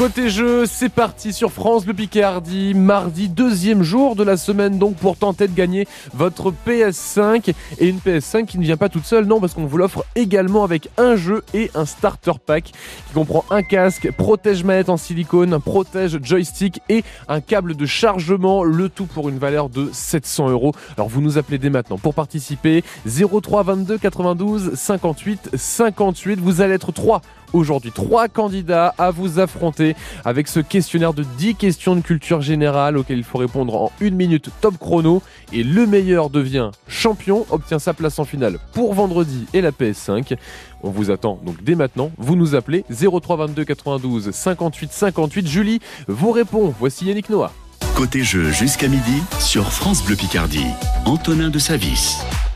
Côté jeu, c'est parti sur France Bleu Picardie, mardi, deuxième jour de la semaine donc pour tenter de gagner votre PS5 et une PS5 qui ne vient pas toute seule, non, parce qu'on vous l'offre également avec un jeu et un starter pack qui comprend un casque, protège-manette en silicone, un protège-joystick et un câble de chargement, le tout pour une valeur de 700 €. Alors vous nous appelez dès maintenant pour participer, 03 22 92 58 58, vous allez être 3 aujourd'hui, 3 candidats à vous affronter avec ce questionnaire de 10 questions de culture générale auxquelles il faut répondre en 1 minute top chrono et le meilleur devient champion, obtient sa place en finale pour vendredi et la PS5. On vous attend donc dès maintenant, vous nous appelez 03 22 92 58 58. Julie vous répond, voici Yannick Noah. Côté jeu jusqu'à midi sur France Bleu Picardie, Antonin de Savis.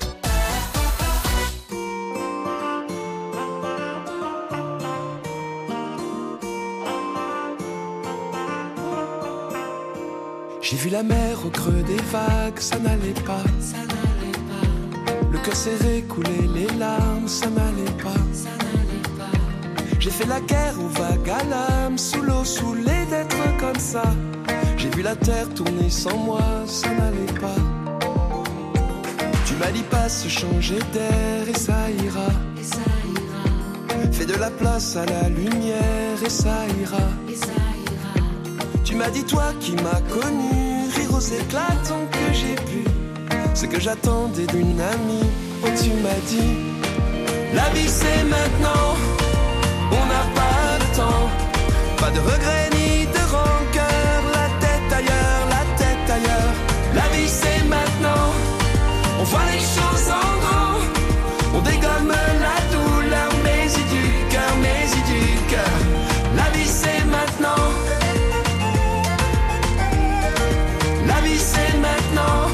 J'ai vu la mer au creux des vagues, ça n'allait pas. Le cœur serré, couler les larmes, ça n'allait pas. J'ai fait la guerre aux vagues à l'âme, sous l'eau, saoulé d'être comme ça. J'ai vu la terre tourner sans moi, ça n'allait pas. Tu m'as dit pas se changer d'air et ça ira. Fais de la place à la lumière et ça ira. Tu m'as dit toi qui m'as connu, rire aux éclats tant que j'ai pu. Ce que j'attendais d'une amie, oh tu m'as dit, la vie c'est maintenant, on n'a pas de temps. Pas de regrets ni de rancœur, la tête ailleurs. La vie c'est maintenant, on voit les choses en grand. On dégomme la douleur, mais y du cœur. La vie c'est maintenant. La vie c'est maintenant.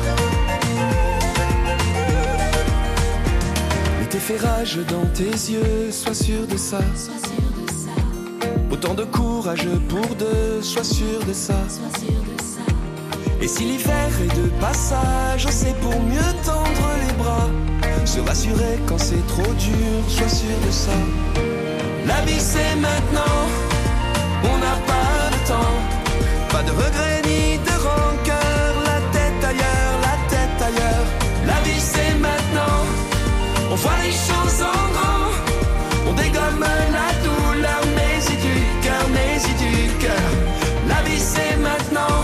Mets tes ferrages dans tes yeux, sois sûr de ça. Autant de courage pour deux, sois sûr de ça. Et si l'hiver est de passage, c'est pour mieux tendre les bras. Se rassurer quand c'est trop dur, sois sûr de ça. La vie c'est maintenant, on n'a pas de temps. Pas de regrets ni de rancœur, la tête ailleurs. La vie c'est maintenant, on voit les choses en grand. On dégomme la douleur, mais y du cœur. La vie c'est maintenant.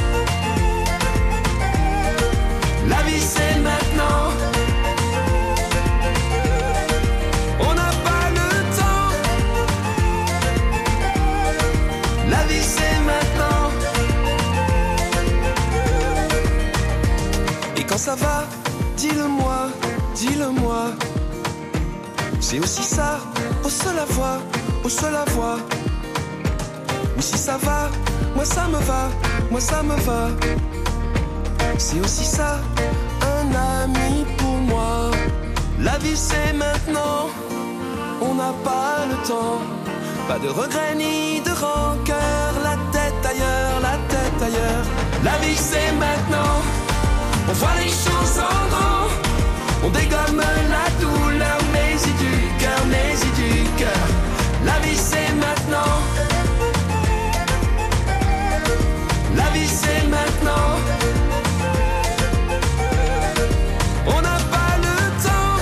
La vie c'est maintenant. On n'a pas le temps. La vie c'est maintenant. Et quand ça va, dis-le moi. C'est aussi ça, au seul à voix. Ou si ça va, moi ça me va. C'est aussi ça, un ami pour moi. La vie c'est maintenant, on n'a pas le temps. Pas de regrets ni de rancœur, la tête ailleurs. La vie c'est maintenant, on voit les choses en grand. On dégomme la douleur, mais y du cœur. La vie c'est maintenant. La vie c'est maintenant. On n'a pas le temps.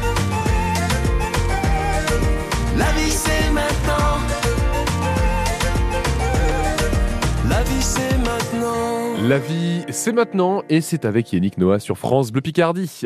La vie c'est maintenant. La vie c'est maintenant. La vie c'est maintenant et c'est avec Yannick Noah sur France Bleu Picardie.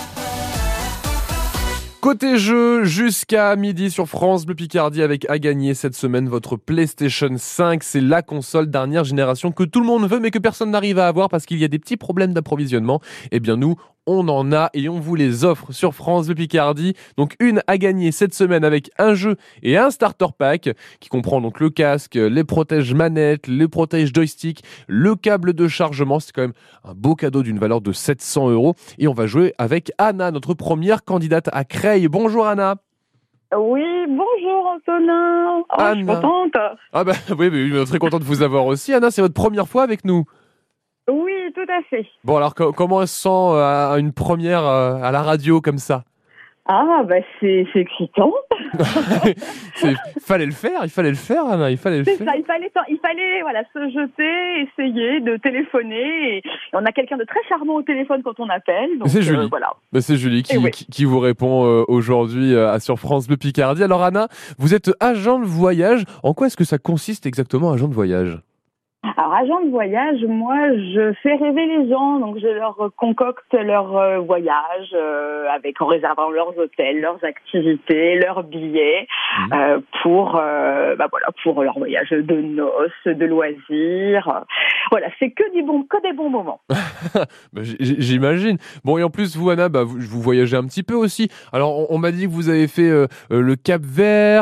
Côté jeu, jusqu'à midi sur France Bleu Picardie avec à gagner cette semaine votre PlayStation 5. C'est la console dernière génération que tout le monde veut mais que personne n'arrive à avoir parce qu'il y a des petits problèmes d'approvisionnement. Eh bien nous, on en a et on vous les offre sur France Bleu Picardie. Donc une à gagner cette semaine avec un jeu et un starter pack qui comprend donc le casque, les protèges manettes, les protèges joystick, le câble de chargement. C'est quand même un beau cadeau d'une valeur de 700 €. Et on va jouer avec Anna, notre première candidate à Creil. Bonjour Anna. Oui, bonjour Antonin. Anna. Je suis contente. Ah bah oui, très content de vous avoir aussi. Anna, c'est votre première fois avec nous? Oui, tout à fait. Bon alors comment elle se sent à une première à la radio comme ça? Ah, bah c'est excitant. Fallait le faire, Anna, il fallait le C'est faire. ça, il fallait voilà, se jeter, essayer de téléphoner. Et on a quelqu'un de très charmant au téléphone quand on appelle. Donc, C'est Julie. voilà. Bah, c'est Julie Et oui. qui vous répond aujourd'hui sur France Bleu Picardie. Alors Anna, vous êtes agent de voyage. En quoi est-ce que ça consiste exactement, agent de voyage ? Alors, agent de voyage, moi, je fais rêver les gens. Donc, je leur concocte leur voyage en réservant leurs hôtels, leurs activités, leurs billets pour leur voyage de noces, de loisirs. Voilà, c'est que des bons moments. Bah, j'imagine. Bon, et en plus, vous, Anna, vous voyagez un petit peu aussi. Alors, on m'a dit que vous avez fait le Cap-Vert,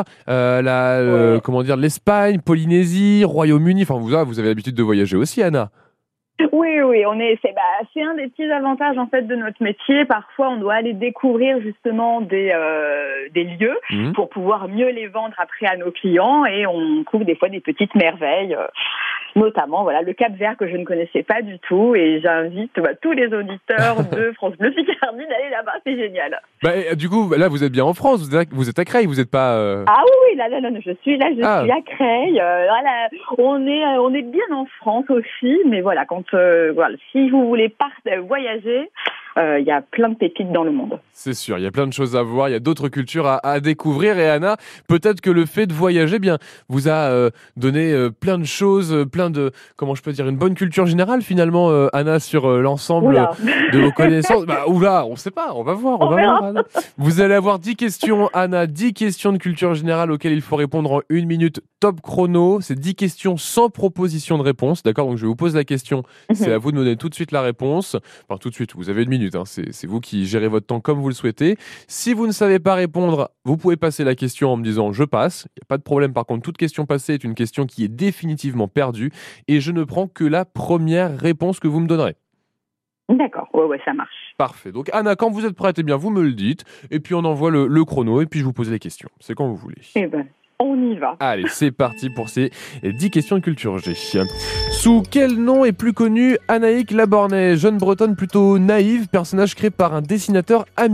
l'Espagne, Polynésie, Royaume-Uni. Enfin, vous avez l'habitude de voyager aussi, Anna. Oui, c'est un des petits avantages en fait de notre métier. Parfois, on doit aller découvrir justement des lieux pour pouvoir mieux les vendre après à nos clients, et on trouve des fois des petites merveilles. Notamment, voilà, le Cap-Vert que je ne connaissais pas du tout, et j'invite tous les auditeurs de France Bleu Picardie d'aller là-bas, c'est génial. Du coup, là, vous êtes bien en France, vous êtes à Creil, vous n'êtes pas... Ah oui, là, je suis à Creil. Voilà, on est bien en France aussi, mais voilà, si vous voulez voyager, il y a plein de pépites dans le monde. C'est sûr, il y a plein de choses à voir, il y a d'autres cultures à découvrir. Et Anna, peut-être que le fait de voyager vous a donné plein de choses, une bonne culture générale finalement, Anna, sur l'ensemble de vos connaissances. On sait pas, on va voir, Anna. Vous allez avoir 10 questions, Anna, 10 questions de culture générale auxquelles il faut répondre en 1 minute, top chrono. C'est 10 questions sans proposition de réponse, d'accord ? Donc je vous pose la question, c'est à vous de me donner tout de suite la réponse. Enfin, tout de suite, vous avez 1 minute, hein. C'est vous qui gérez votre temps comme vous le souhaitez. Si vous ne savez pas répondre, vous pouvez passer la question en me disant « je passe ». Il n'y a pas de problème. Par contre, toute question passée est une question qui est définitivement perdue et je ne prends que la première réponse que vous me donnerez. D'accord, ouais, ça marche. Parfait. Donc Anna, quand vous êtes prête, vous me le dites et puis on envoie le chrono et puis je vous pose les questions. C'est quand vous voulez. On y va. Allez, c'est parti pour ces 10 questions de culture G. Sous quel nom est plus connue Anaïk Labornais, jeune bretonne plutôt naïve, personnage créé par un dessinateur amiénois ?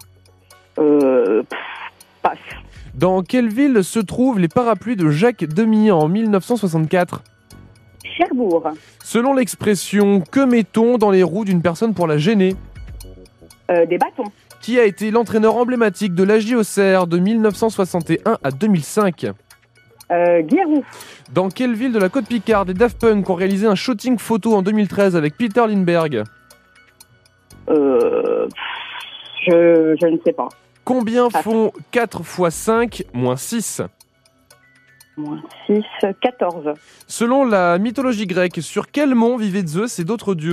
Passe. Dans quelle ville se trouvent les parapluies de Jacques Demy en 1964 ? Cherbourg. Selon l'expression « que met-on dans les roues d'une personne pour la gêner ?» Des bâtons. Qui a été l'entraîneur emblématique de la JOCR de 1961 à 2005 ? Guérou. Dans quelle ville de la Côte Picarde les Daft Punk ont réalisé un shooting photo en 2013 avec Peter Lindbergh ? Je ne sais pas. Combien font 4 x 5 moins 6 ? Moins 6, 14. Selon la mythologie grecque, sur quel mont vivaient Zeus et d'autres dieux ?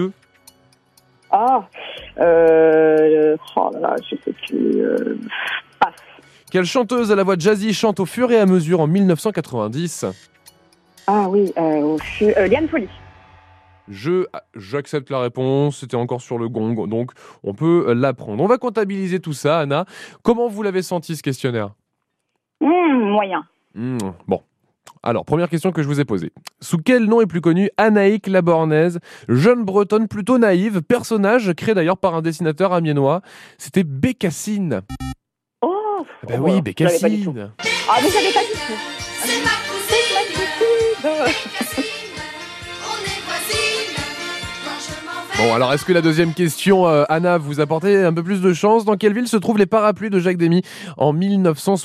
Je sais plus. Passe. Quelle chanteuse à la voix jazzy chante au fur et à mesure en 1990 ? Ah oui, Liane Folly. J'accepte la réponse, c'était encore sur le gong, donc on peut l'apprendre. On va comptabiliser tout ça, Anna. Comment vous l'avez senti, ce questionnaire ? Moyen. Bon. Alors, première question que je vous ai posée. Sous quel nom est plus connue Anaïk Labornaise, jeune bretonne plutôt naïve, personnage créé d'ailleurs par un dessinateur amiénois ? C'était Bécassine. Oh oui, Bécassine. Ah, mais j'avais pas du tout. C'est ma cousine. Bon, alors est-ce que la deuxième question, Anna, vous apportez un peu plus de chance ? Dans quelle ville se trouvent les parapluies de Jacques Demy en 1964 ?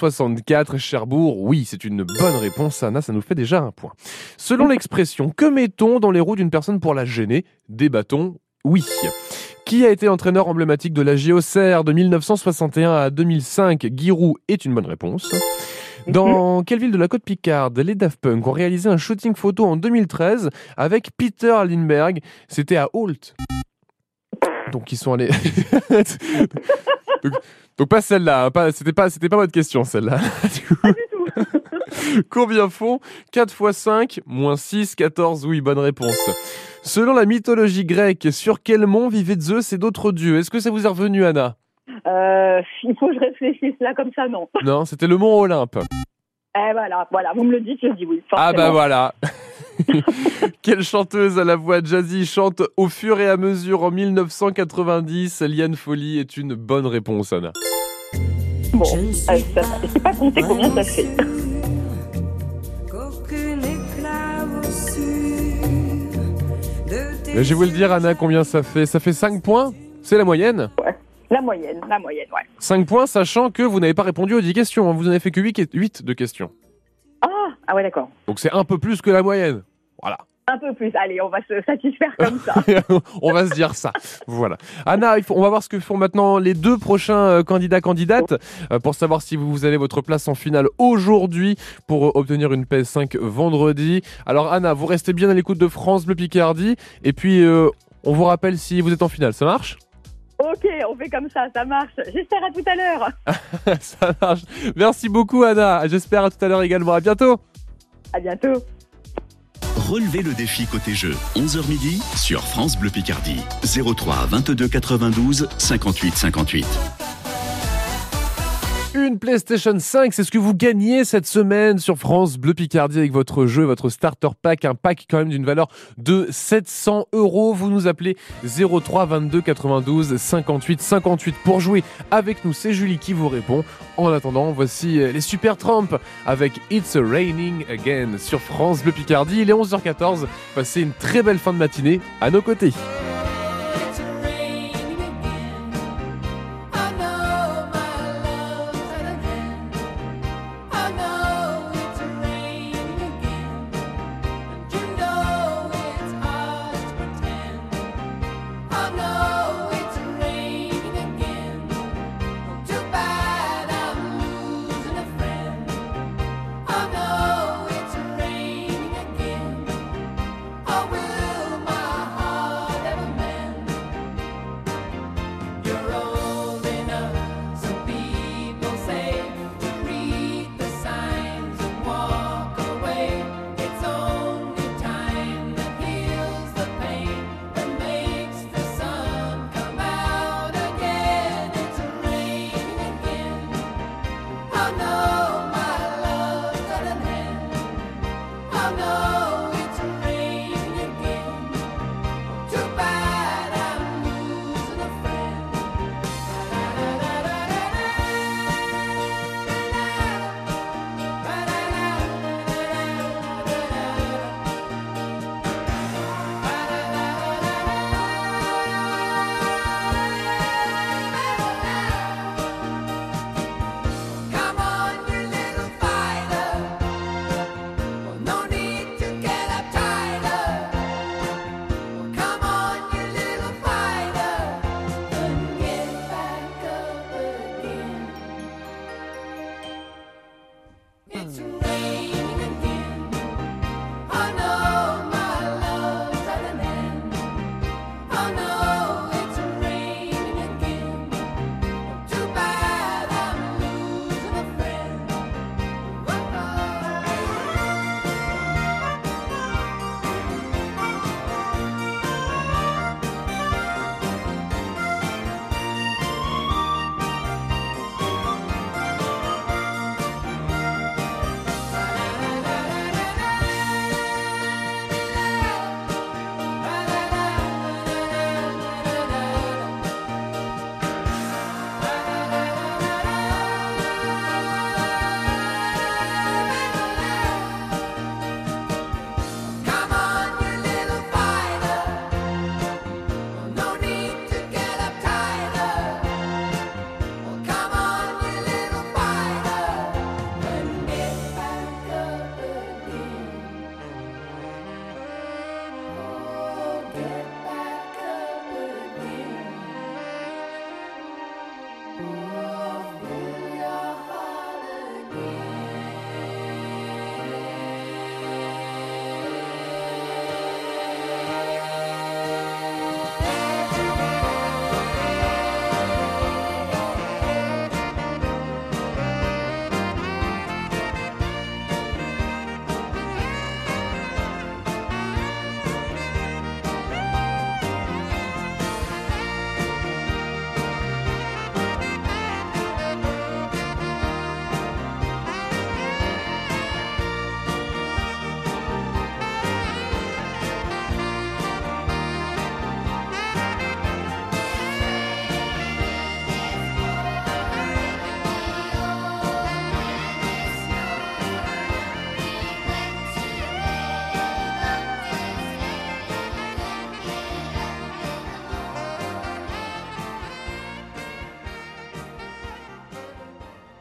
Cherbourg. Oui, c'est une bonne réponse, Anna, ça nous fait déjà un point. Selon l'expression, que met-on dans les roues d'une personne pour la gêner ? Des bâtons ? Oui. Qui a été entraîneur emblématique de la JOCR de 1961 à 2005 ? Giroud est une bonne réponse. Dans quelle ville de la Côte Picarde les Daft Punk ont réalisé un shooting photo en 2013 avec Peter Lindbergh ? C'était à Holt. Donc ils sont allés... donc pas celle-là, hein, c'était pas votre question celle-là. Pas du tout. Combien font 4 x 5 moins 6, 14 ? Oui, bonne réponse. Selon la mythologie grecque, sur quel mont vivaient Zeus et d'autres dieux ? Est-ce que ça vous est revenu, Anna ? Il faut que je réfléchisse là comme ça, non. Non, c'était le mont Olympe. Voilà, vous me le dites, je dis oui. Forcément. Ah bah voilà. Quelle chanteuse à la voix jazzy chante au fur et à mesure en 1990 ? Liane Folly est une bonne réponse, Anna. Bon, ça, je sais pas compter combien ça fait. Mais je vais vous le dire, Anna, combien ça fait. Ça fait 5 points. C'est la moyenne. Ouais. La moyenne, ouais. 5 points, sachant que vous n'avez pas répondu aux 10 questions. Vous n'en avez fait que 8 de questions. Ah ouais, d'accord. Donc c'est un peu plus que la moyenne. Voilà. Un peu plus. Allez, on va se satisfaire comme ça. On va se dire ça. Voilà. Anna, on va voir ce que font maintenant les 2 prochains candidates pour savoir si vous avez votre place en finale aujourd'hui pour obtenir une PS5 vendredi. Alors Anna, vous restez bien à l'écoute de France Bleu Picardie et puis on vous rappelle si vous êtes en finale. Ça marche ? Ok, on fait comme ça marche. J'espère à tout à l'heure. Ça marche. Merci beaucoup Anna. J'espère à tout à l'heure également. À bientôt. À bientôt. Relevez le défi côté jeu, 11h midi sur France Bleu Picardie. 03 22 92 58 58. Une PlayStation 5, c'est ce que vous gagnez cette semaine sur France Bleu Picardie avec votre jeu, votre starter pack, un pack quand même d'une valeur de 700 €. Vous nous appelez 03 22 92 58 58 pour jouer avec nous. C'est Julie qui vous répond. En attendant, voici les Supertramp avec It's Raining Again sur France Bleu Picardie. Il est 11h14. Passez une très belle fin de matinée à nos côtés.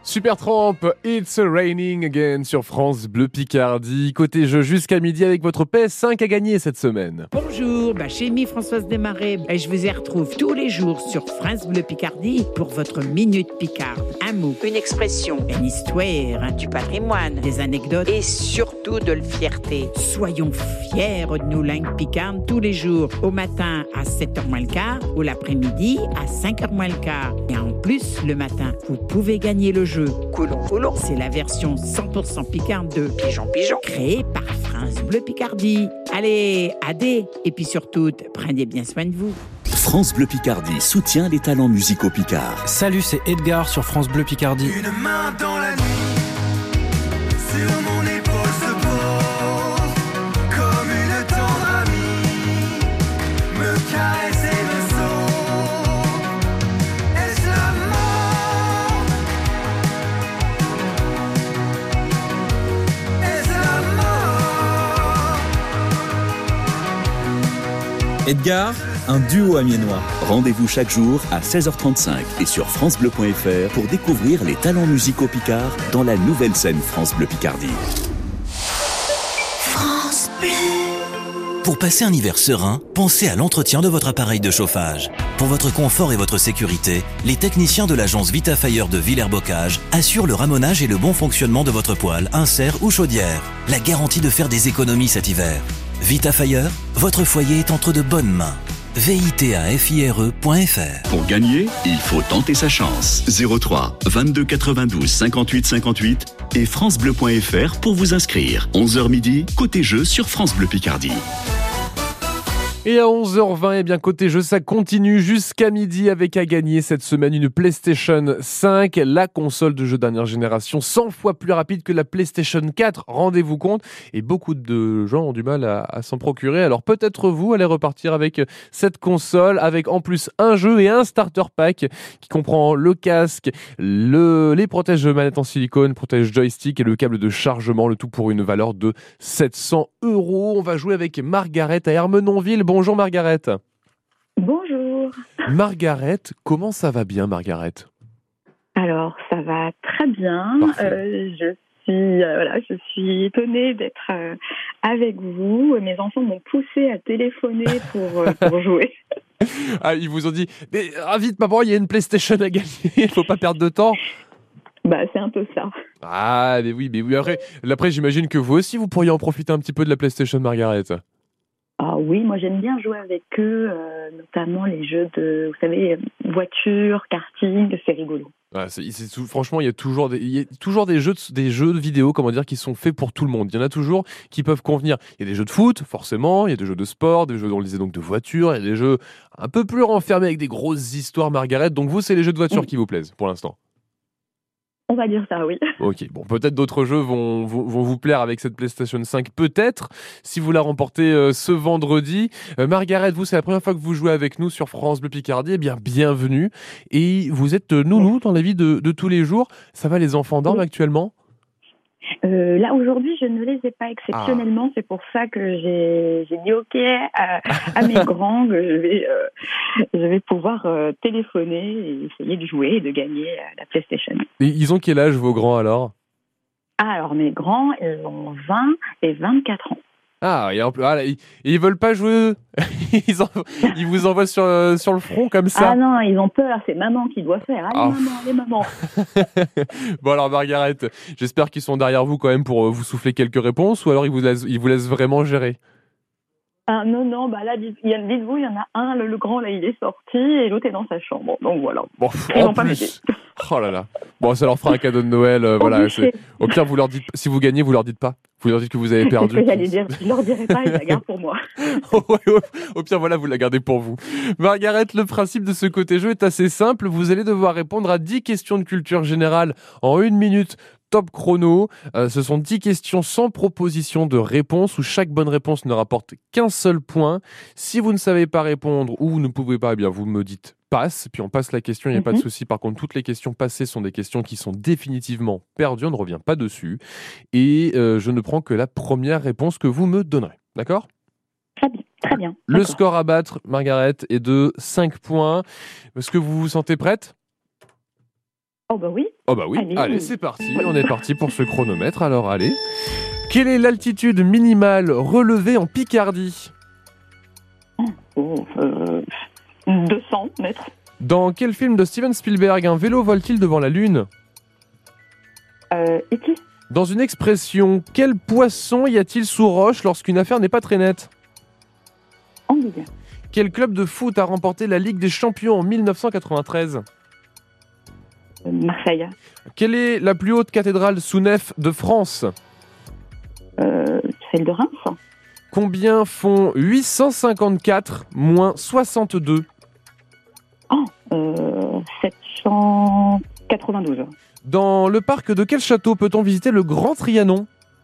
Supertramp, It's Raining Again sur France Bleu Picardie. Côté jeu jusqu'à midi avec votre PS5 à gagner cette semaine. Bonjour, chez Françoise Desmarais. Et je vous y retrouve tous les jours sur France Bleu Picardie pour votre Minute Picarde. Un mot, une expression, une histoire, du patrimoine, des anecdotes et surtout de la fierté. Soyons fiers de nos langues picardes tous les jours. Au matin à 7h moins le quart ou l'après-midi à 5h moins le quart. Et en plus, le matin, vous pouvez gagner le jeu Coulon Coulon. C'est la version 100% picarde de Pigeon Pigeon, créée par France Bleu Picardie. Allez, adé, et puis surtout, prenez bien soin de vous. France Bleu Picardie soutient les talents musicaux picards. Salut, c'est Edgar sur France Bleu Picardie. Une main dans la nuit, sur mon épaule se pose, comme une tendre amie, me caresse et me sauve. Est-ce la mort? Est-ce la mort? Edgar, un duo amiénois. Rendez-vous chaque jour à 16h35 et sur francebleu.fr pour découvrir les talents musicaux picards dans la nouvelle scène France Bleu Picardie. France Bleu. Pour passer un hiver serein, pensez à l'entretien de votre appareil de chauffage. Pour votre confort et votre sécurité, les techniciens de l'agence Vitafire de Villers-Bocage assurent le ramonage et le bon fonctionnement de votre poêle, insert ou chaudière. La garantie de faire des économies cet hiver. Vitafire, votre foyer est entre de bonnes mains. vitafire.fr. Pour gagner, il faut tenter sa chance. 03 22 92 58 58 et francebleu.fr pour vous inscrire. 11h midi, côté jeu sur France Bleu Picardie. Et à 11h20, côté jeu, ça continue jusqu'à midi avec à gagner cette semaine une PlayStation 5, la console de jeu dernière génération, 100 fois plus rapide que la PlayStation 4, rendez-vous compte. Et beaucoup de gens ont du mal à s'en procurer. Alors peut-être vous allez repartir avec cette console, avec en plus un jeu et un starter pack qui comprend le casque, les protèges de manette en silicone, protège joystick et le câble de chargement, le tout pour une valeur de 700 €. On va jouer avec Margaret à Ermenonville. Bonjour Margaret. Bonjour. Margaret, comment ça va bien Margaret? Alors, ça va très bien. Je suis étonnée d'être avec vous. Mes enfants m'ont poussé à téléphoner pour jouer. Ah, ils vous ont dit, mais vite maman, il y a une PlayStation à gagner, il faut pas perdre de temps. C'est un peu ça. Ah, mais oui. Après, j'imagine que vous aussi, vous pourriez en profiter un petit peu de la PlayStation, Margaret. Ah oui, moi j'aime bien jouer avec eux, notamment les jeux de, vous savez, voiture, karting, c'est rigolo. Franchement, il y a toujours des jeux de vidéo, qui sont faits pour tout le monde. Il y en a toujours qui peuvent convenir. Il y a des jeux de foot, forcément, il y a des jeux de sport, des jeux, on le disait donc, de voiture, il y a des jeux un peu plus renfermés avec des grosses histoires, Margaret. Donc vous, c'est les jeux de voiture qui vous plaisent pour l'instant. On va dire ça, oui. Ok, bon, peut-être d'autres jeux vont vous plaire avec cette PlayStation 5, peut-être, si vous la remportez ce vendredi. Margaret, vous, c'est la première fois que vous jouez avec nous sur France Bleu Picardie, eh bien, bienvenue. Et vous êtes nounou dans la vie de tous les jours. Ça va, les enfants dorment actuellement ? Là, aujourd'hui, je ne les ai pas exceptionnellement. C'est pour ça que j'ai dit OK à mes grands que je vais pouvoir téléphoner et essayer de jouer et de gagner la PlayStation. Et ils ont quel âge, vos grands, alors ? Alors, mes grands, ils ont 20 et 24 ans. Ah, ils veulent pas jouer. Ils vous envoient sur le front comme ça. Ah non, ils ont peur. C'est maman qui doit faire. Allez maman. Bon alors Margaret, j'espère qu'ils sont derrière vous quand même pour vous souffler quelques réponses, ou alors ils vous laissent vraiment gérer. Ah non, là, dites-vous, il y en a un, le grand, là, il est sorti, et l'autre est dans sa chambre. Donc voilà. Bon, ils n'ont pas m'aider. Oh là là. Bon, ça leur fera un cadeau de Noël. Voilà. Au pire, vous leur dites, si vous gagnez, vous leur dites pas. Vous leur dites que vous avez perdu. C'est ce que j'allais dire. Je leur dirai pas, ils la gardent pour moi. Au pire, voilà, vous la gardez pour vous. Margaret, le principe de ce côté jeu est assez simple. Vous allez devoir répondre à 10 questions de culture générale en 1 minute. Top chrono, ce sont 10 questions sans proposition de réponse où chaque bonne réponse ne rapporte qu'un seul point. Si vous ne savez pas répondre ou vous ne pouvez pas, eh bien vous me dites passe, puis on passe la question, il n'y a pas de souci. Par contre, toutes les questions passées sont des questions qui sont définitivement perdues, on ne revient pas dessus. Et je ne prends que la première réponse que vous me donnerez. D'accord ? Très bien. Le score à battre, Margaret, est de 5 points. Est-ce que vous vous sentez prête ? Oh bah oui. Oh bah oui, allez c'est parti, on est parti pour ce chronomètre, alors allez. Quelle est l'altitude minimale relevée en Picardie ? 200 mètres. Dans quel film de Steven Spielberg un vélo vole-t-il devant la Lune ? E.T. Dans une expression, quel poisson y a-t-il sous roche lorsqu'une affaire n'est pas très nette ? Anguille. Quel club de foot a remporté la Ligue des Champions en 1993 ? Marseille. Quelle est la plus haute cathédrale sous nef de France ? Celle de Reims. Combien font 854 moins 62 ? 792. Dans le parc de quel château peut-on visiter le Grand Trianon ?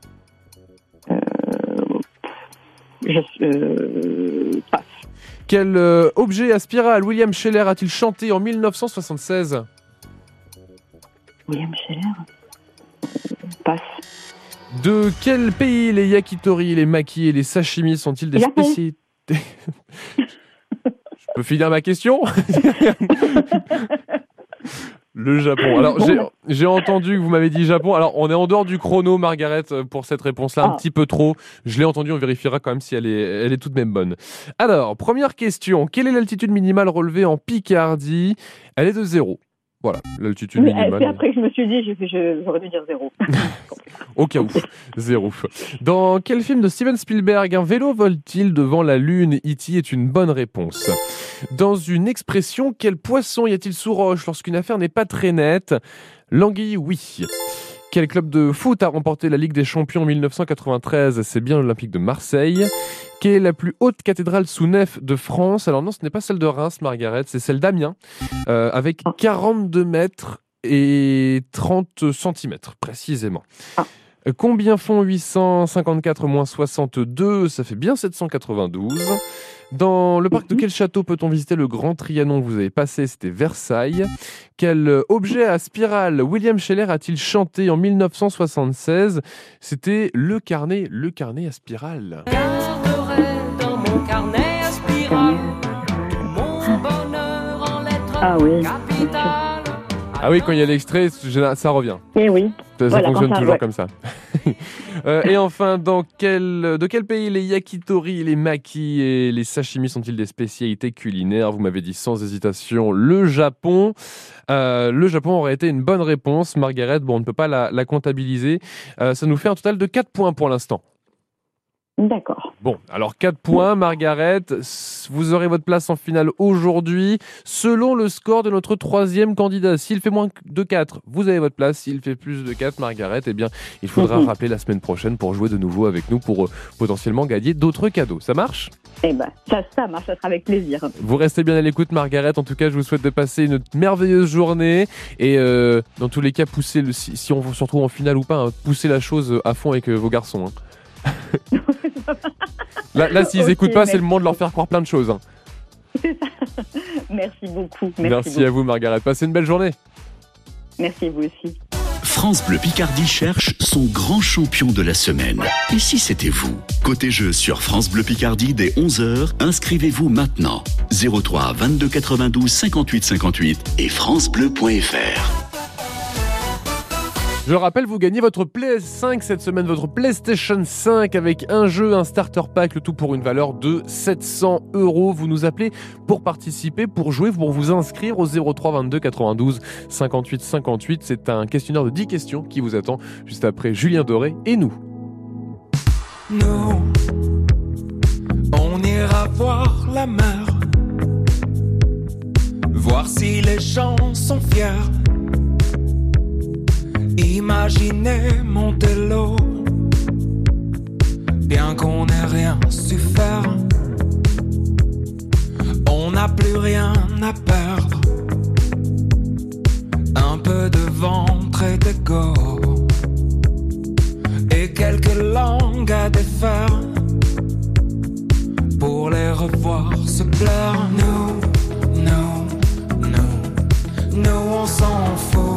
Passe. Quel objet à spirale William Scheller a-t-il chanté en 1976 ? William Scheller. Passe. De quel pays les yakitori, les makis et les sashimi sont-ils des spécialités ? Je peux finir ma question ? Le Japon. Alors, j'ai entendu que vous m'avez dit Japon. Alors, on est en dehors du chrono, Margaret, pour cette réponse-là, un petit peu trop. Je l'ai entendu, on vérifiera quand même si elle est tout de même bonne. Alors, première question. Quelle est l'altitude minimale relevée en Picardie ? Elle est de 0. Voilà, l'altitude minimale. C'est après que je me suis dit, j'aurais dû dire 0. Au cas où, 0. Dans quel film de Steven Spielberg un vélo vole-t-il devant la Lune ? E.T. est une bonne réponse. Dans une expression, quel poisson y a-t-il sous roche lorsqu'une affaire n'est pas très nette ? L'anguille, oui. Quel club de foot a remporté la Ligue des Champions en 1993 ? C'est bien l'Olympique de Marseille. Quelle est la plus haute cathédrale sous nef de France ? Alors non, ce n'est pas celle de Reims, Margaret, c'est celle d'Amiens, avec 42 mètres et 30 centimètres, précisément. Combien font 854 moins 62 ? Ça fait bien 792. Dans le parc de quel château peut-on visiter le Grand Trianon ? Vous avez passé, c'était Versailles. Quel objet à spirale William Scheller a-t-il chanté en 1976 ? C'était le carnet à spirale. Garderai dans mon carnet à spirale mon bonheur en lettres capitales. Ah oui, quand il y a l'extrait, ça revient. Eh oui. Ça fonctionne toujours comme ça. Et enfin, de quel pays les yakitori, les makis et les sashimi sont-ils des spécialités culinaires ? Vous m'avez dit sans hésitation le Japon. Le Japon aurait été une bonne réponse, Margaret. Bon, on ne peut pas la comptabiliser. Ça nous fait un total de 4 points pour l'instant. D'accord. Bon, alors 4 points, Margaret. Vous aurez votre place en finale aujourd'hui. Selon le score de notre troisième candidat, s'il fait moins de 4, vous avez votre place. S'il fait plus de 4, Margaret, eh bien, il faudra rappeler la semaine prochaine pour jouer de nouveau avec nous pour potentiellement gagner d'autres cadeaux. Ça marche ? Eh ben, ça marche, ça sera avec plaisir. Vous restez bien à l'écoute, Margaret. En tout cas, je vous souhaite de passer une merveilleuse journée. Et dans tous les cas, si on se retrouve en finale ou pas, poussez la chose à fond avec vos garçons. Là, s'ils n'écoutent pas, c'est le moment de leur faire croire plein de choses. C'est ça. Merci beaucoup. Merci à vous, Margaret. Passez une belle journée. Merci, vous aussi. France Bleu Picardie cherche son grand champion de la semaine. Et si c'était vous ? Côté jeu sur France Bleu Picardie dès 11h, inscrivez-vous maintenant. 03 22 92 58 58 et francebleu.fr. Je le rappelle, vous gagnez votre PS5 cette semaine, votre PlayStation 5 avec un jeu, un starter pack, le tout pour une valeur de 700 €. Vous nous appelez pour participer, pour jouer, pour vous inscrire au 03 22 92 58 58. C'est un questionnaire de 10 questions qui vous attend juste après Julien Doré et nous. Nous, on ira voir la mer, voir si les gens sont fiers. Imaginez monter l'eau, bien qu'on n'ait rien su faire. On n'a plus rien à perdre, un peu de ventre et d'ego, et quelques langues à défaire, pour les revoir se plaire. Nous, on s'en fout.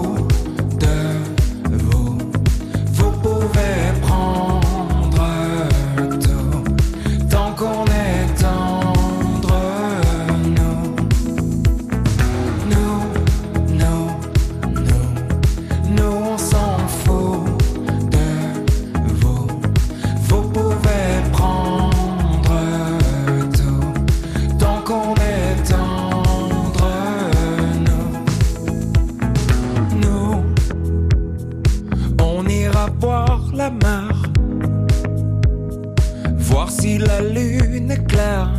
si la lune est claire,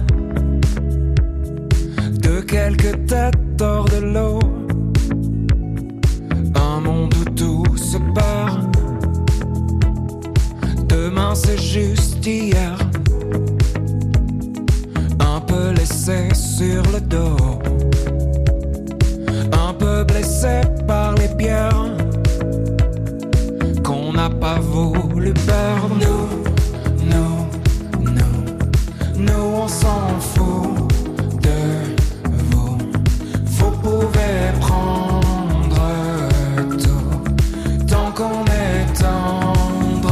de quelques têtes hors de l'eau, un monde où tout se perd. Demain c'est juste hier, un peu laissé sur le dos, un peu blessé par les pierres qu'on n'a pas voulu perdre. Nous on s'en fout de vous. Vous pouvez prendre tout tant qu'on est tendre.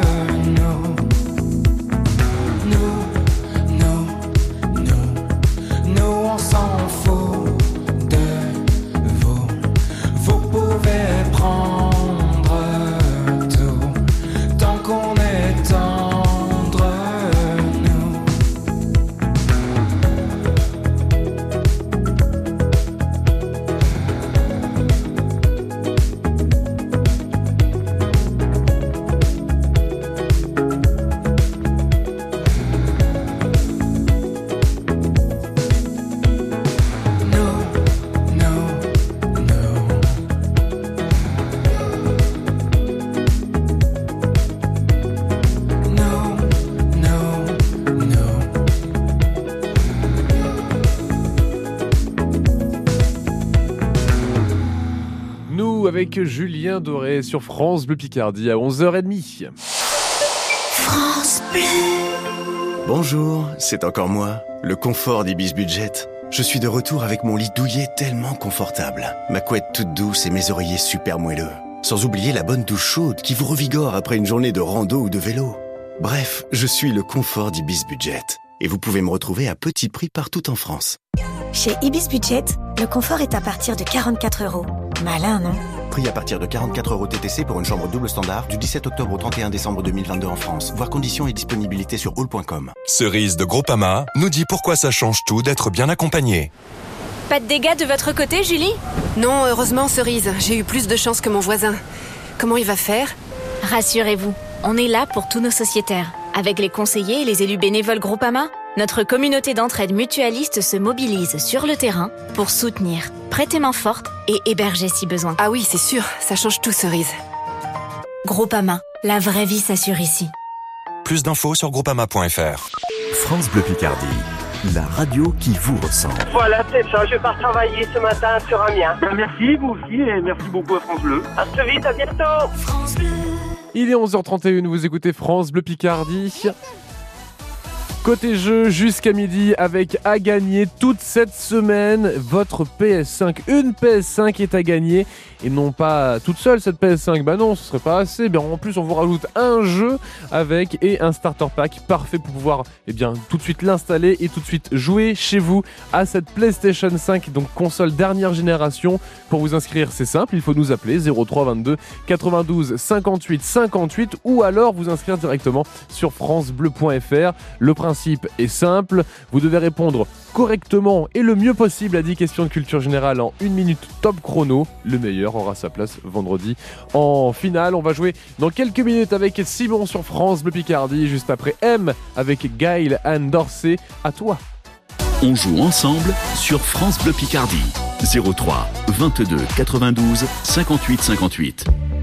Nous on s'en fout de vous. Vous pouvez prendre tout tant qu'on est tendre. Avec Julien Doré sur France Bleu Picardie à 11h30. France Bleu. Bonjour, c'est encore moi, le confort d'Ibis Budget. Je suis de retour avec mon lit douillet tellement confortable, ma couette toute douce et mes oreillers super moelleux. Sans oublier la bonne douche chaude qui vous revigore après une journée de rando ou de vélo. Bref, je suis le confort d'Ibis Budget. Et vous pouvez me retrouver à petit prix partout en France. Chez Ibis Budget, le confort est à partir de 44 €. Malin, non ? Prix à partir de 44 € TTC pour une chambre double standard du 17 octobre au 31 décembre 2022 en France. Voir conditions et disponibilité sur all.com. Cerise de Groupama nous dit pourquoi ça change tout d'être bien accompagné. Pas de dégâts de votre côté, Julie ? Non, heureusement, Cerise. J'ai eu plus de chance que mon voisin. Comment il va faire ? Rassurez-vous, on est là pour tous nos sociétaires. Avec les conseillers et les élus bénévoles Groupama, notre communauté d'entraide mutualiste se mobilise sur le terrain pour soutenir, prêter main forte et héberger si besoin. Ah oui, c'est sûr, ça change tout, Cerise. Groupama, la vraie vie s'assure ici. Plus d'infos sur groupama.fr. France Bleu Picardie, la radio qui vous ressemble. Voilà, c'est ça, je pars travailler ce matin sur Amiens. Merci, vous aussi, et merci beaucoup à France Bleu. À très vite, à bientôt. France Bleu. Il est 11h31, vous écoutez France Bleu Picardie. Côté jeu, jusqu'à midi, avec à gagner toute cette semaine votre PS5. Une PS5 est à gagner, et non pas toute seule cette PS5. Bah non, ce serait pas assez. Bien, en plus, on vous rajoute un jeu avec et un starter pack parfait pour pouvoir tout de suite l'installer et tout de suite jouer chez vous à cette PlayStation 5, donc console dernière génération. Pour vous inscrire, c'est simple, il faut nous appeler 03 22 92 58 58 ou alors vous inscrire directement sur francebleu.fr. Le principe est simple, vous devez répondre correctement et le mieux possible à 10 questions de culture générale en 1 minute top chrono. Le meilleur aura sa place vendredi en finale. On va jouer dans quelques minutes avec Simon sur France Bleu Picardie, juste après M avec Gail Anne Dorsey. À toi. On joue ensemble sur France Bleu Picardie. 03 22 92 58 58.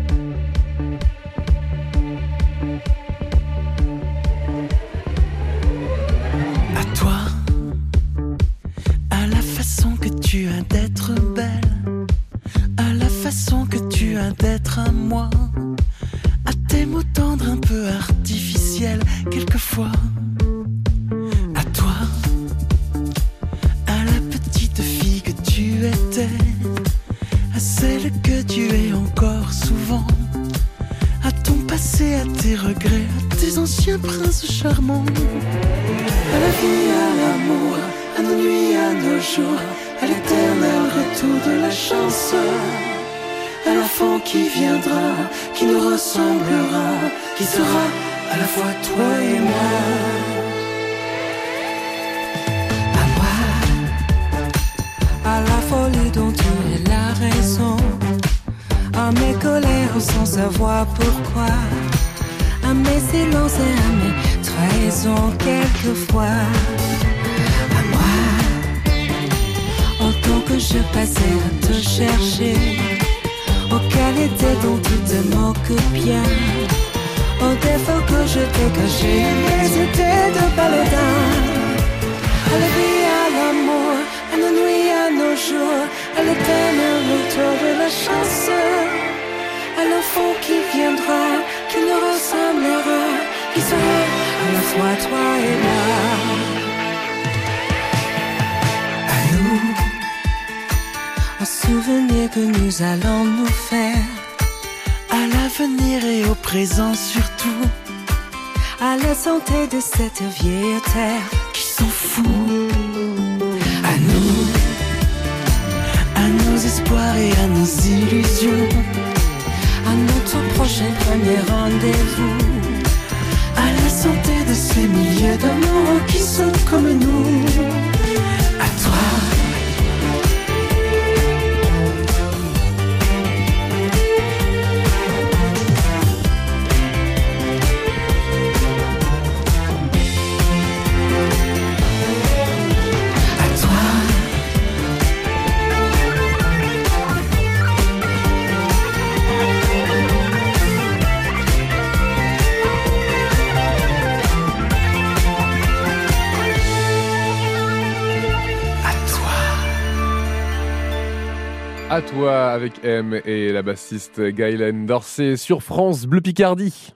À toi, à la façon que tu as d'être belle, à la façon que tu as d'être à moi, à tes mots tendres un peu artificiels quelquefois. À toi, à la petite fille que tu étais, à celle que tu es encore souvent, à ton passé, à tes regrets, à tes anciens princes charmants, à la vie, à l'amour, à nos nuits, à nos jours, à l'éternel retour de la chance, à l'enfant qui viendra, qui nous ressemblera, qui sera à la fois toi et moi. À moi, à la folie dont tu es la raison, à mes colères sans savoir pourquoi, à mes silences et à mes trahison quelquefois. À moi, autant que je passais à te chercher, aux qualités dont tu te moques bien, aux défauts que je t'ai cachés, mais c'était de baladin. À la vie, à l'amour, à nos nuits, à nos jours, à l'éternel retour de la chance, à l'enfant qui viendra, qui nous ressemblera, qui sera à la fois toi et moi. À nous, au souvenir que nous allons nous faire, à l'avenir et au présent surtout, à la santé de cette vieille terre qui s'en fout. À nos espoirs et à nos illusions, à notre prochain premier rendez-vous, à la santé de ces milliers d'amoureux qui sont comme nous. À toi. À toi avec M et la bassiste Guylaine Dorsey sur France Bleu Picardie.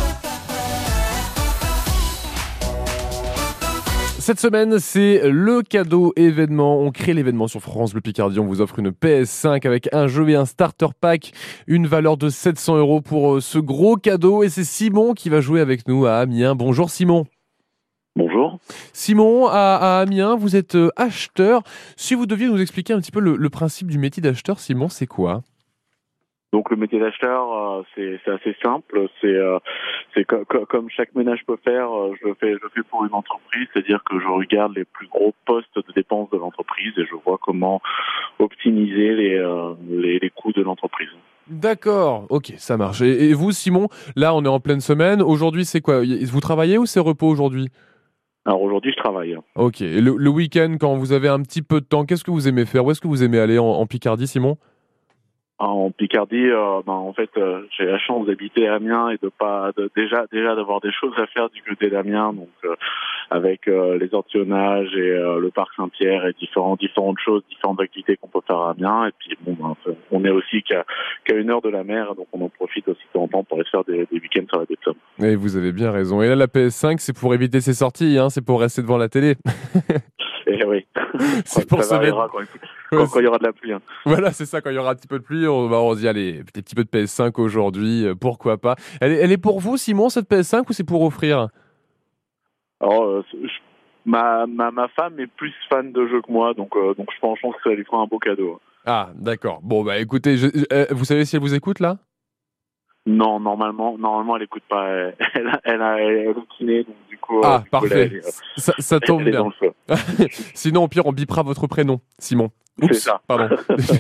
Cette semaine, c'est le cadeau événement. On crée l'événement sur France Bleu Picardie. On vous offre une PS5 avec un jeu et un starter pack. Une valeur de 700 € pour ce gros cadeau. Et c'est Simon qui va jouer avec nous à Amiens. Bonjour Simon. Bonjour. Simon, à Amiens, vous êtes acheteur. Si vous deviez nous expliquer un petit peu le principe du métier d'acheteur, Simon, c'est quoi ? Donc le métier d'acheteur, c'est assez simple. C'est comme chaque ménage peut faire. Je le fais pour une entreprise, c'est-à-dire que je regarde les plus gros postes de dépenses de l'entreprise et je vois comment optimiser les coûts de l'entreprise. D'accord, ok, ça marche. Et vous, Simon, là, on est en pleine semaine. Aujourd'hui, c'est quoi ? Vous travaillez ou c'est repos aujourd'hui ? Alors aujourd'hui, je travaille. Ok, et le week-end, quand vous avez un petit peu de temps, qu'est-ce que vous aimez faire ? Où est-ce que vous aimez aller en Picardie, Simon ? En Picardie, en fait, j'ai la chance d'habiter à Amiens et déjà d'avoir des choses à faire du côté d'Amiens, donc avec les ortillonnages et le parc Saint-Pierre et différentes choses, différentes activités qu'on peut faire à Amiens. Et puis on est aussi qu'à 1 heure de la mer, donc on en profite aussi de temps en temps pour aller faire des week-ends sur la baie de Somme. Et vous avez bien raison. Et là, la PS5, c'est pour éviter ses sorties, hein, c'est pour rester devant la télé. Et oui, c'est pour ça variera quand il y aura de la pluie. Hein. Voilà, c'est ça, quand il y aura un petit peu de pluie, on se dit, allez, un petit peu de PS5 aujourd'hui, pourquoi pas. Elle est pour vous, Simon, cette PS5, ou c'est pour offrir ? Alors, ma femme est plus fan de jeux que moi, donc je pense que ça lui fera un beau cadeau. Ah, d'accord. Bon, bah écoutez, vous savez si elle vous écoute, là ? Non, normalement, elle écoute pas. Elle est kiné, donc du coup. Parfait. Ça tombe bien. Sinon, au pire, on bipera votre prénom, Simon. Oups, c'est ça. Pardon.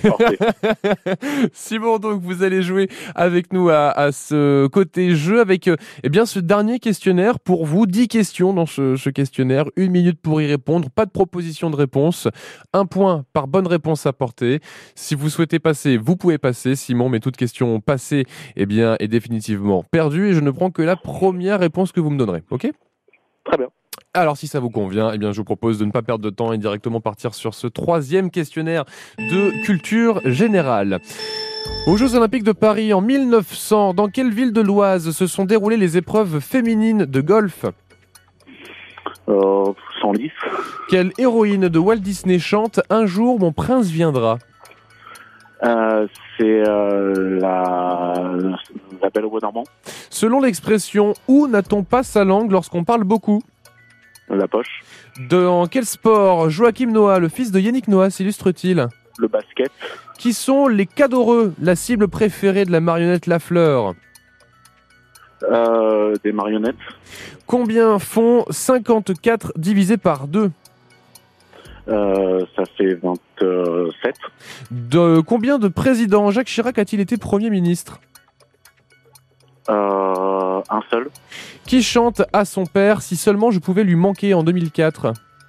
Simon, donc, vous allez jouer avec nous à ce côté jeu avec ce dernier questionnaire pour vous. 10 questions dans ce questionnaire. 1 minute pour y répondre. Pas de proposition de réponse. 1 point par bonne réponse apportée. Si vous souhaitez passer, vous pouvez passer, Simon, mais toute question passée est définitivement perdue. Et je ne prends que la première réponse que vous me donnerez. OK ? Très bien. Alors, si ça vous convient, je vous propose de ne pas perdre de temps et directement partir sur ce 3e questionnaire de culture générale. Aux Jeux Olympiques de Paris en 1900, dans quelle ville de l'Oise se sont déroulées les épreuves féminines de golf ? Senlis. Quelle héroïne de Walt Disney chante « Un jour, mon prince viendra » ? C'est la Belle au bois dormant. Selon l'expression « Où n'a-t-on pas sa langue lorsqu'on parle beaucoup ?» La poche. Dans quel sport Joachim Noah, le fils de Yannick Noah, s'illustre-t-il ? Le basket. Qui sont les cadoreux, la cible préférée de la marionnette Lafleur ? Des marionnettes. Combien font 54 divisé par 2 ? Ça fait 27. De combien de présidents Jacques Chirac a-t-il été Premier ministre ? 1. Un seul. Qui chante à son père Si seulement je pouvais lui manquer en 2004?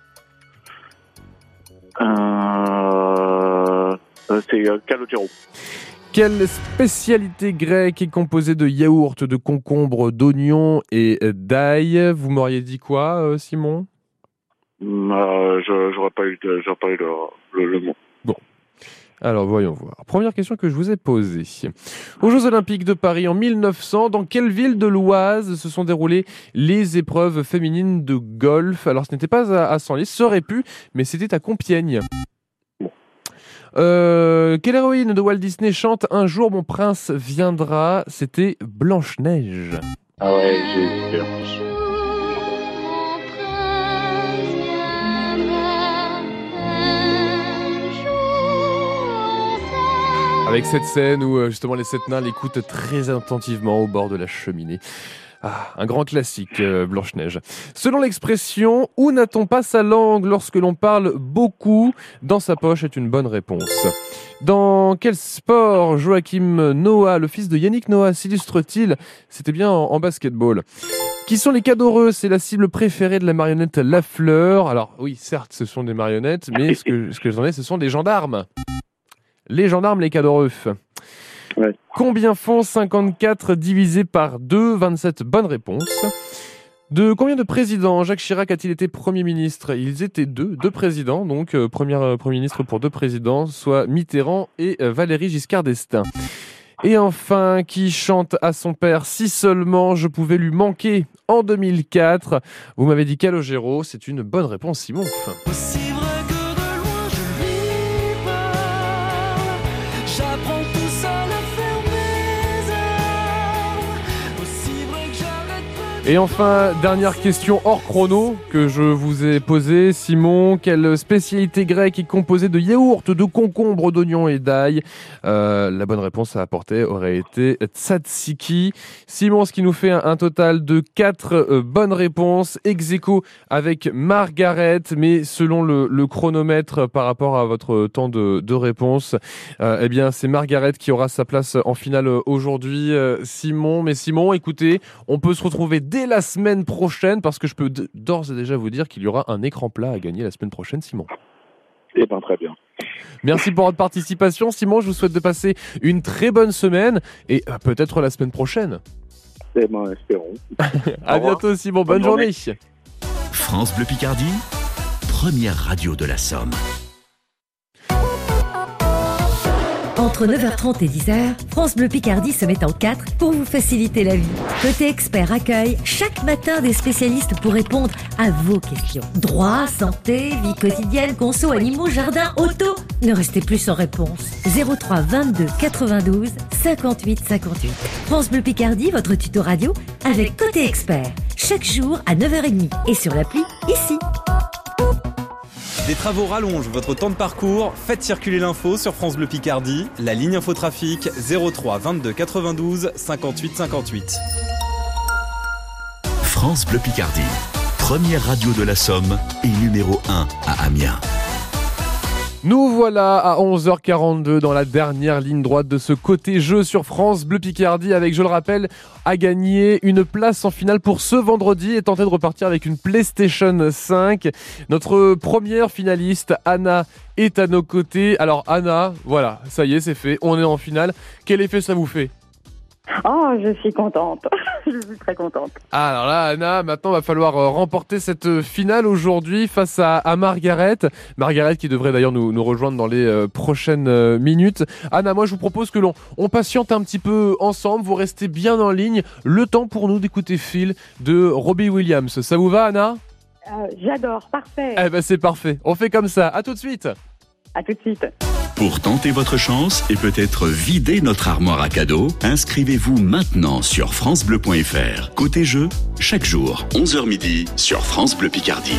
C'est Calogero. Quelle spécialité grecque est composée de yaourt, de concombre, d'oignons et d'ail? Vous m'auriez dit quoi, Simon? J'aurais pas eu le mot. Bon. Alors, voyons voir. Première question que je vous ai posée. Aux Jeux Olympiques de Paris en 1900, dans quelle ville de l'Oise se sont déroulées les épreuves féminines de golf? Alors, ce n'était pas à Senlis, ça aurait pu, mais c'était à Compiègne. Quelle héroïne de Walt Disney chante Un jour mon prince viendra? C'était Blanche-Neige. Ah ouais, j'ai peur. Avec cette scène où justement les 7 nains l'écoutent très attentivement au bord de la cheminée. Ah, un grand classique, Blanche-Neige. Selon l'expression, où n'a-t-on pas sa langue lorsque l'on parle beaucoup? Dans sa poche est une bonne réponse. Dans quel sport Joachim Noah, le fils de Yannick Noah, s'illustre-t-il? C'était bien en basketball. Qui sont les cadoreux? C'est la cible préférée de la marionnette Lafleur. Alors oui, certes, ce sont des marionnettes, mais ce que j'en ai, ce sont des gendarmes. Les gendarmes, les cadoreux. Ouais. Combien font 54 divisé par 2? 27, bonne réponse. De combien de présidents Jacques Chirac a-t-il été Premier ministre? Ils étaient deux présidents, donc Premier ministre pour 2 présidents, soit Mitterrand et Valéry Giscard d'Estaing. Et enfin, qui chante à son père Si seulement je pouvais lui manquer en 2004? Vous m'avez dit Calogero, c'est une bonne réponse, Simon. Et enfin, dernière question hors chrono que je vous ai posée. Simon, quelle spécialité grecque est composée de yaourt, de concombre, d'oignons et d'ail? La bonne réponse à apporter aurait été tzatziki. Simon, ce qui nous fait un total de 4 bonnes réponses. Ex aequo avec Margaret, mais selon le chronomètre par rapport à votre temps de réponse, eh bien c'est Margaret qui aura sa place en finale aujourd'hui. Simon, écoutez, on peut se retrouver dès la semaine prochaine, parce que je peux d'ores et déjà vous dire qu'il y aura un écran plat à gagner la semaine prochaine, Simon. Eh bien, très bien. Merci pour votre participation, Simon. Je vous souhaite de passer une très bonne semaine et peut-être la semaine prochaine. Eh bien, espérons. À bientôt, Simon. Bonne journée. France Bleu Picardie, première radio de la Somme. Entre 9h30 et 10h, France Bleu Picardie se met en 4 pour vous faciliter la vie. Côté Expert accueille chaque matin des spécialistes pour répondre à vos questions. Droit, santé, vie quotidienne, conso, animaux, jardin, auto. Ne restez plus sans réponse. 03 22 92 58 58. France Bleu Picardie, votre tuto radio avec Côté Expert. Chaque jour à 9h30 et sur l'appli ici. Des travaux rallongent votre temps de parcours. Faites circuler l'info sur France Bleu Picardie. La ligne infotrafic 03 22 92 58 58. France Bleu Picardie, première radio de la Somme et numéro 1 à Amiens. Nous voilà à 11h42 dans la dernière ligne droite de ce côté jeu sur France Bleu Picardie avec, je le rappelle, à gagner une place en finale pour ce vendredi et tenter de repartir avec une PlayStation 5. Notre première finaliste, Anna, est à nos côtés. Alors Anna, voilà, ça y est, c'est fait, on est en finale. Quel effet ça vous fait ? Oh, je suis contente. Je suis très contente. Alors là, Anna, maintenant, va falloir remporter cette finale aujourd'hui face à Margaret. Margaret qui devrait d'ailleurs nous rejoindre dans les prochaines minutes. Anna, moi, je vous propose que on patiente un petit peu ensemble. Vous restez bien en ligne. Le temps pour nous d'écouter Phil de Robbie Williams. Ça vous va, Anna ? J'adore, parfait. Eh ben, c'est parfait. On fait comme ça. À tout de suite. À tout de suite. Pour tenter votre chance et peut-être vider notre armoire à cadeaux, inscrivez-vous maintenant sur francebleu.fr. Côté jeu, chaque jour, 11h midi sur France Bleu Picardie.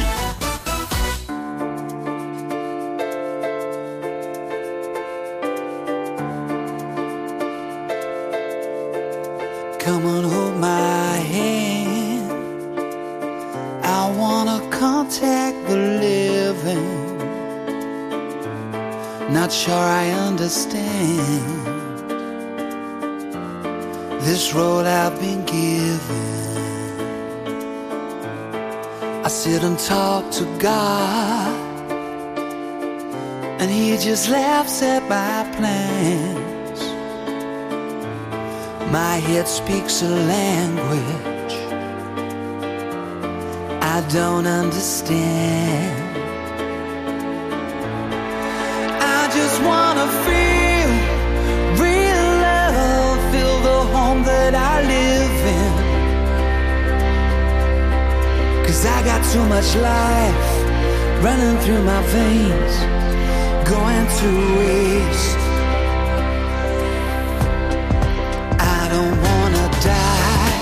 Come on, hold my hand. I wanna contact the living. Not sure I understand this road I've been given. I sit and talk to God, and He just laughs at my plans. My head speaks a language I don't understand. I just wanna feel real love, feel the home that I live in. 'Cause I got too much life running through my veins, going to waste. I don't wanna die,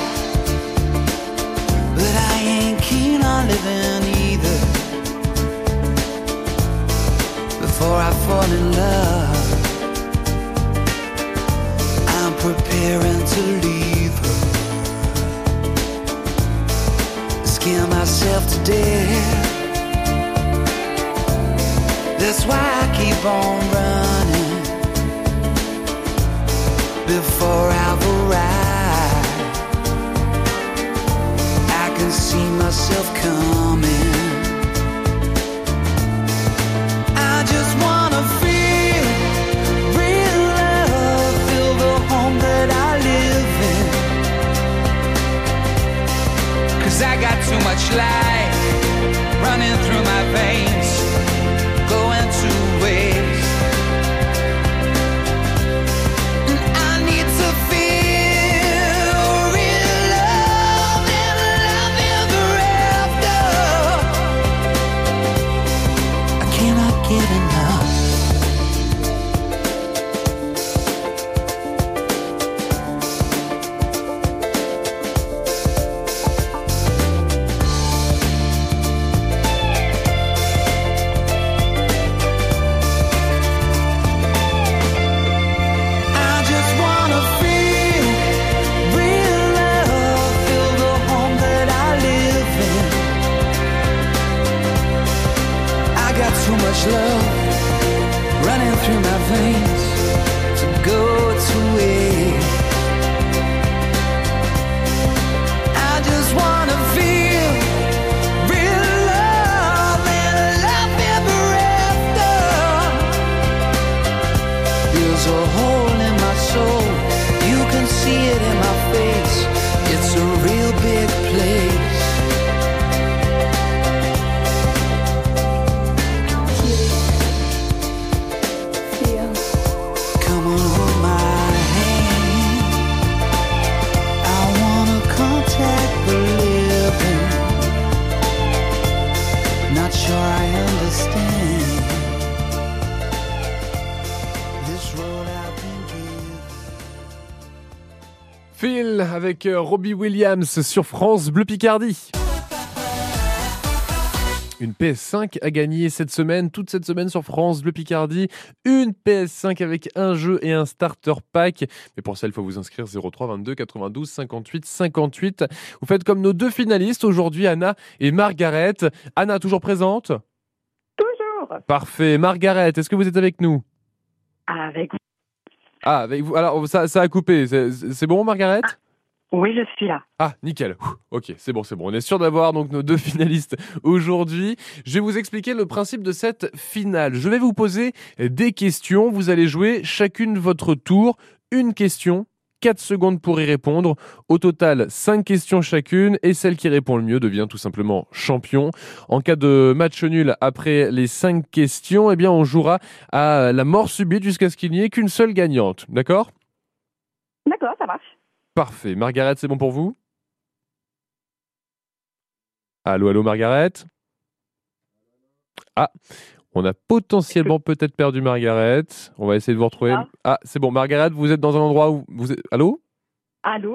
but I ain't keen on living either. Before I fall in love, I'm preparing to leave her. Scare myself to death. That's why I keep on running. Before I've arrived, I can see myself coming. I just wanna feel real love, feel the home that I live in. 'Cause I got too much life running through my veins, going to waste. And I need to feel real love and love ever after. I cannot get enough. Love running through my veins to go to waste. I just wanna feel real love and love ever after. There's a hole in my soul, you can see it in my face. It's a real big place. Phil avec Robbie Williams sur France Bleu Picardie. Une PS5 à gagner cette semaine, toute cette semaine sur France Bleu Picardie. Une PS5 avec un jeu et un starter pack. Mais pour ça, il faut vous inscrire 03 22 92 58 58. Vous faites comme nos deux finalistes aujourd'hui, Anna et Margaret. Anna, toujours présente ? Toujours. Parfait. Margaret, est-ce que vous êtes avec nous ? Avec vous. Ah, avec vous. Alors, ça a coupé. C'est bon, Margaret ? Oui, je suis là. Ah, nickel. Ok, c'est bon. On est sûr d'avoir donc nos deux finalistes aujourd'hui. Je vais vous expliquer le principe de cette finale. Je vais vous poser des questions. Vous allez jouer chacune votre tour. Une question, 4 secondes pour y répondre. Au total, 5 questions chacune. Et celle qui répond le mieux devient tout simplement champion. En cas de match nul après les 5 questions, eh bien, on jouera à la mort subite jusqu'à ce qu'il n'y ait qu'une seule gagnante. D'accord ? D'accord, ça marche. Parfait. Margaret, c'est bon pour vous ? Allô, Margaret ? Ah, on a potentiellement peut-être perdu Margaret. On va essayer de vous retrouver. Ah, c'est bon. Margaret, vous êtes dans un endroit où vous êtes... Allô ? Allô ?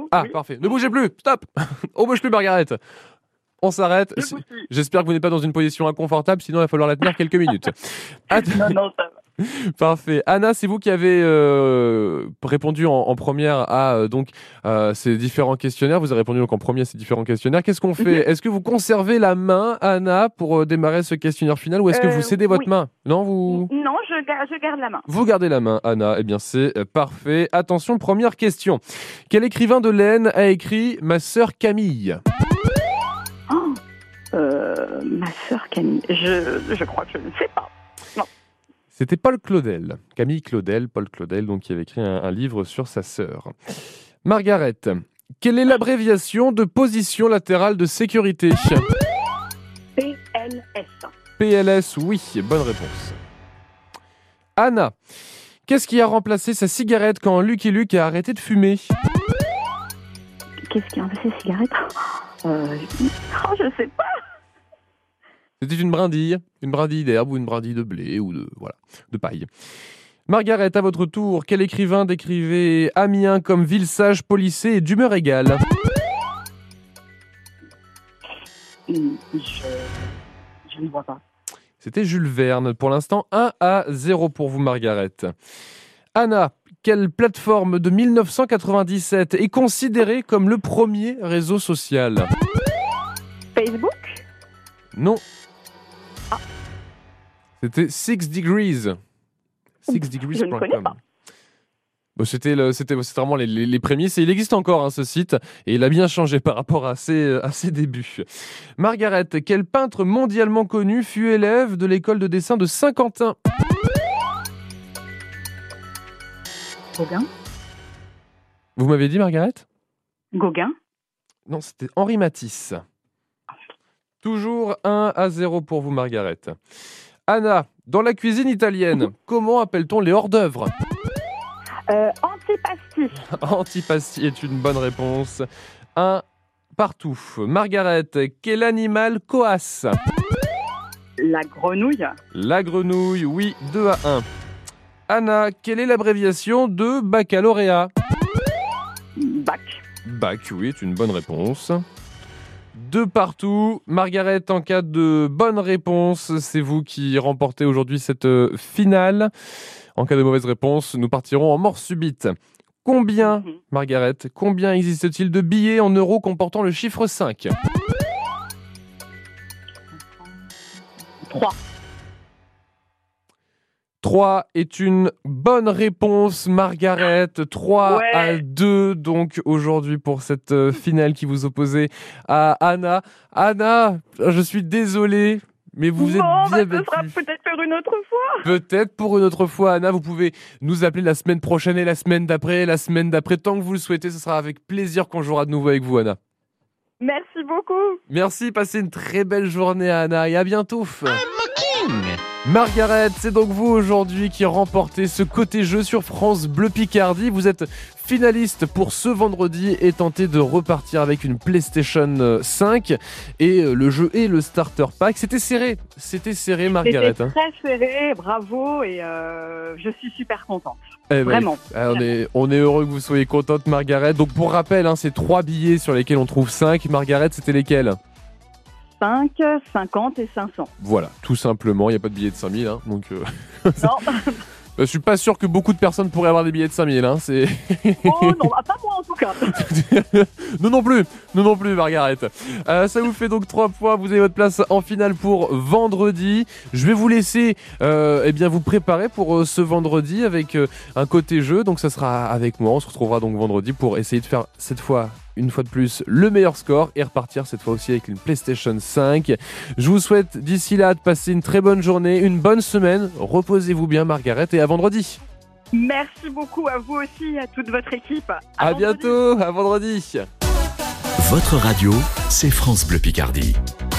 Ah, oui. Parfait. Ne bougez plus. Stop. On bouge plus, Margaret. On s'arrête. J'espère que vous n'êtes pas dans une position inconfortable, sinon il va falloir la tenir quelques minutes. Non, ça va. Parfait. Anna, c'est vous qui avez répondu en première à ces différents questionnaires. Vous avez répondu donc en premier à ces différents questionnaires. Qu'est-ce qu'on fait? Est-ce que vous conservez la main, Anna, pour démarrer ce questionnaire final, ou est-ce que vous cédez votre main? Non, Non, je garde la main. Vous gardez la main, Anna. Eh bien, c'est parfait. Attention, première question. Quel écrivain de l'Aisne a écrit Ma sœur Camille? Ma sœur Camille. Je crois que je ne sais pas. Non. C'était Paul Claudel. Camille Claudel, Paul Claudel, donc, qui avait écrit un livre sur sa sœur. Margaret, quelle est l'abréviation de position latérale de sécurité? PLS. PLS, oui, bonne réponse. Anna, qu'est-ce qui a remplacé sa cigarette quand Lucky Luke a arrêté de fumer? Qu'est-ce qui a remplacé sa cigarette? Je sais pas. C'était une brindille d'herbe ou une brindille de blé ou de paille. Margaret, à votre tour, quel écrivain décrivait Amiens comme ville sage, policée et d'humeur égale? Je ne vois pas. C'était Jules Verne. Pour l'instant, 1-0 pour vous, Margaret. Anna, quelle plateforme de 1997 est considérée comme le premier réseau social? Facebook? Non. C'était 6 Degrees. 6 Degrees. Je ne connais pas. Bon, c'était vraiment les prémices. Et il existe encore ce site. Et il a bien changé par rapport à ses débuts. Margaret, quel peintre mondialement connu fut élève de l'école de dessin de Saint-Quentin? Gauguin. Vous m'avez dit, Margaret? Gauguin. Non, c'était Henri Matisse. Toujours 1-0 pour vous, Margaret. Anna, dans la cuisine italienne, comment appelle-t-on les hors-d'œuvre? Antipasti. Antipasti est une bonne réponse. 1 partout. Margaret, quel animal coasse? La grenouille. La grenouille, oui, 2-1. Anna, quelle est l'abréviation de baccalauréat? Bac. Bac, oui, est une bonne réponse. 2 partout. Margaret, en cas de bonne réponse, c'est vous qui remportez aujourd'hui cette finale. En cas de mauvaise réponse, nous partirons en mort subite. Combien, Margaret, combien existe-t-il de billets en euros comportant le chiffre 5? 3. 3 est une bonne réponse, Margaret. 3-2, donc, aujourd'hui, pour cette finale qui vous opposait à Anna. Anna, je suis désolé, mais vous êtes bien battue. Ce sera peut-être pour une autre fois. Peut-être pour une autre fois, Anna. Vous pouvez nous appeler la semaine prochaine et la semaine d'après. Tant que vous le souhaitez, ce sera avec plaisir qu'on jouera de nouveau avec vous, Anna. Merci beaucoup. Merci, passez une très belle journée, Anna, et à bientôt. Margaret, c'est donc vous aujourd'hui qui remportez ce côté jeu sur France Bleu Picardie. Vous êtes finaliste pour ce vendredi et tentez de repartir avec une PlayStation 5 et le jeu et le starter pack. C'était serré, Margaret. C'était très serré, bravo, et je suis super contente. Vraiment. On est heureux que vous soyez contente, Margaret. Donc pour rappel, c'est 3 billets sur lesquels on trouve 5. Margaret, c'était lesquels? 5, 50 et 500. Voilà, tout simplement. Il n'y a pas de billets de 5000. Donc, non. Je suis pas sûr que beaucoup de personnes pourraient avoir des billets de 5000. Oh non, pas moi en tout cas. Nous non plus, Margaret. Ça vous fait donc 3 points. Vous avez votre place en finale pour vendredi. Je vais vous laisser vous préparer pour ce vendredi avec un côté jeu. Donc ça sera avec moi. On se retrouvera donc vendredi pour essayer de faire cette fois, une fois de plus, le meilleur score et repartir cette fois aussi avec une PlayStation 5. Je vous souhaite d'ici là de passer une très bonne journée, une bonne semaine. Reposez-vous bien, Margaret, et à vendredi. Merci beaucoup à vous aussi et à toute votre équipe. À bientôt, à vendredi. Votre radio, c'est France Bleu Picardie.